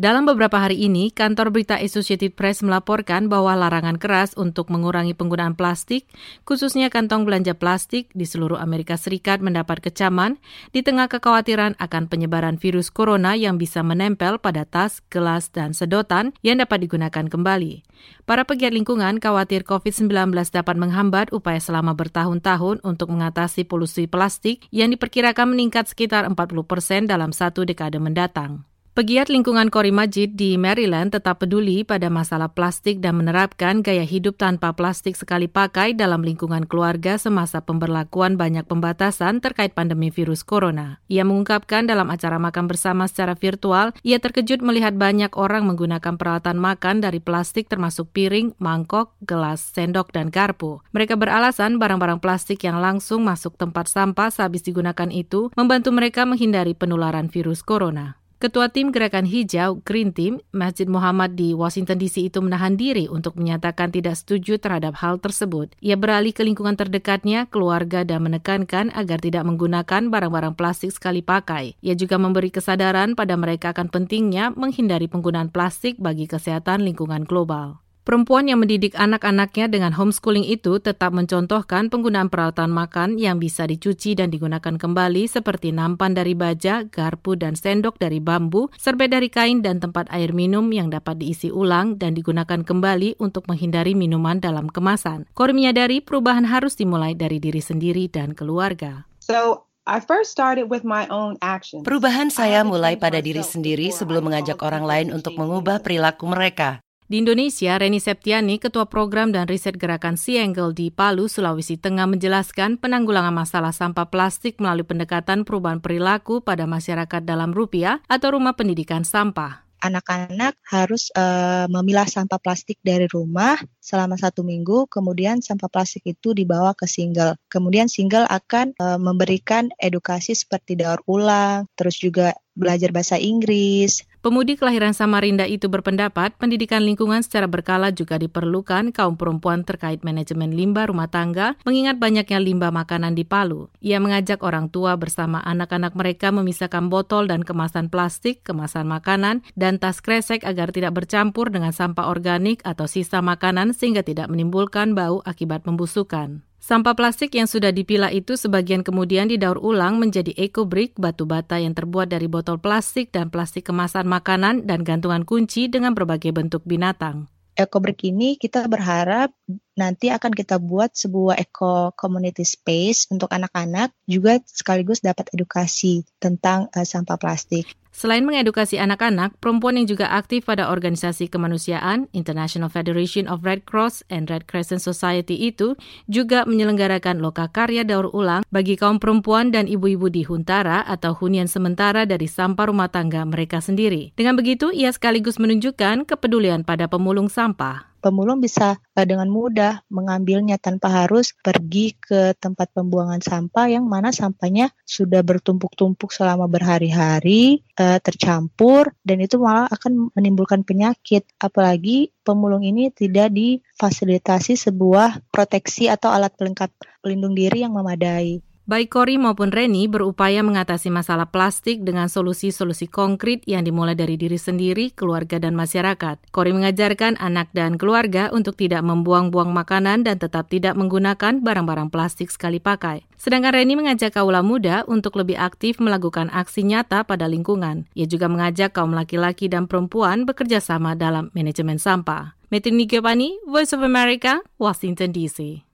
Dalam beberapa hari ini, kantor berita Associated Press melaporkan bahwa larangan keras untuk mengurangi penggunaan plastik, khususnya kantong belanja plastik di seluruh Amerika Serikat mendapat kecaman di tengah kekhawatiran akan penyebaran virus corona yang bisa menempel pada tas, gelas, dan sedotan yang dapat digunakan kembali. Para pegiat lingkungan khawatir COVID-19 dapat menghambat upaya selama bertahun-tahun untuk mengatasi polusi plastik yang diperkirakan meningkat sekitar 40% dalam satu dekade mendatang. Pegiat lingkungan Cory Majid di Maryland tetap peduli pada masalah plastik dan menerapkan gaya hidup tanpa plastik sekali pakai dalam lingkungan keluarga semasa pemberlakuan banyak pembatasan terkait pandemi virus corona. Ia mengungkapkan dalam acara makan bersama secara virtual, ia terkejut melihat banyak orang menggunakan peralatan makan dari plastik termasuk piring, mangkok, gelas, sendok, dan garpu. Mereka beralasan barang-barang plastik yang langsung masuk tempat sampah sehabis digunakan itu membantu mereka menghindari penularan virus corona. Ketua tim Gerakan Hijau, Green Team, Masjid Muhammad di Washington DC itu menahan diri untuk menyatakan tidak setuju terhadap hal tersebut. Ia beralih ke lingkungan terdekatnya, keluarga, dan menekankan agar tidak menggunakan barang-barang plastik sekali pakai. Ia juga memberi kesadaran pada mereka akan pentingnya menghindari penggunaan plastik bagi kesehatan lingkungan global. Perempuan yang mendidik anak-anaknya dengan homeschooling itu tetap mencontohkan penggunaan peralatan makan yang bisa dicuci dan digunakan kembali seperti nampan dari baja, garpu dan sendok dari bambu, serbet dari kain dan tempat air minum yang dapat diisi ulang dan digunakan kembali untuk menghindari minuman dalam kemasan. Cory menyadari perubahan harus dimulai dari diri sendiri dan keluarga. Perubahan saya mulai pada diri sendiri sebelum mengajak orang lain untuk mengubah perilaku mereka. Di Indonesia, Reni Septiani, Ketua Program dan Riset Gerakan Sea-Angle di Palu, Sulawesi Tengah menjelaskan penanggulangan masalah sampah plastik melalui pendekatan perubahan perilaku pada masyarakat dalam rupiah atau rumah pendidikan sampah. Anak-anak harus memilah sampah plastik dari rumah selama 1 minggu, kemudian sampah plastik itu dibawa ke Single. Kemudian Single akan memberikan edukasi seperti daur ulang, terus juga belajar bahasa Inggris. Pemudi kelahiran Samarinda itu berpendapat pendidikan lingkungan secara berkala juga diperlukan kaum perempuan terkait manajemen limbah rumah tangga, mengingat banyaknya limbah makanan di Palu. Ia mengajak orang tua bersama anak-anak mereka memisahkan botol dan kemasan plastik, kemasan makanan, dan tas kresek agar tidak bercampur dengan sampah organik atau sisa makanan sehingga tidak menimbulkan bau akibat pembusukan. Sampah plastik yang sudah dipilah itu sebagian kemudian didaur ulang menjadi eco-brick, batu bata yang terbuat dari botol plastik dan plastik kemasan makanan dan gantungan kunci dengan berbagai bentuk binatang. Eco-brick ini kita berharap nanti akan kita buat sebuah eco-community space untuk anak-anak, juga sekaligus dapat edukasi tentang sampah plastik. Selain mengedukasi anak-anak, perempuan yang juga aktif pada organisasi kemanusiaan, International Federation of Red Cross and Red Crescent Society itu juga menyelenggarakan lokakarya daur ulang bagi kaum perempuan dan ibu-ibu di Huntara atau hunian sementara dari sampah rumah tangga mereka sendiri. Dengan begitu, ia sekaligus menunjukkan kepedulian pada pemulung sampah. Pemulung bisa dengan mudah mengambilnya tanpa harus pergi ke tempat pembuangan sampah yang mana sampahnya sudah bertumpuk-tumpuk selama berhari-hari, tercampur, dan itu malah akan menimbulkan penyakit. Apalagi pemulung ini tidak difasilitasi sebuah proteksi atau alat pelengkap pelindung diri yang memadai. Baik Cory maupun Reni berupaya mengatasi masalah plastik dengan solusi-solusi konkret yang dimulai dari diri sendiri, keluarga, dan masyarakat. Cory mengajarkan anak dan keluarga untuk tidak membuang-buang makanan dan tetap tidak menggunakan barang-barang plastik sekali pakai. Sedangkan Reni mengajak kaula muda untuk lebih aktif melakukan aksi nyata pada lingkungan. Ia juga mengajak kaum laki-laki dan perempuan bekerja sama dalam manajemen sampah. Metri Nigyapani, Voice of America, Washington DC.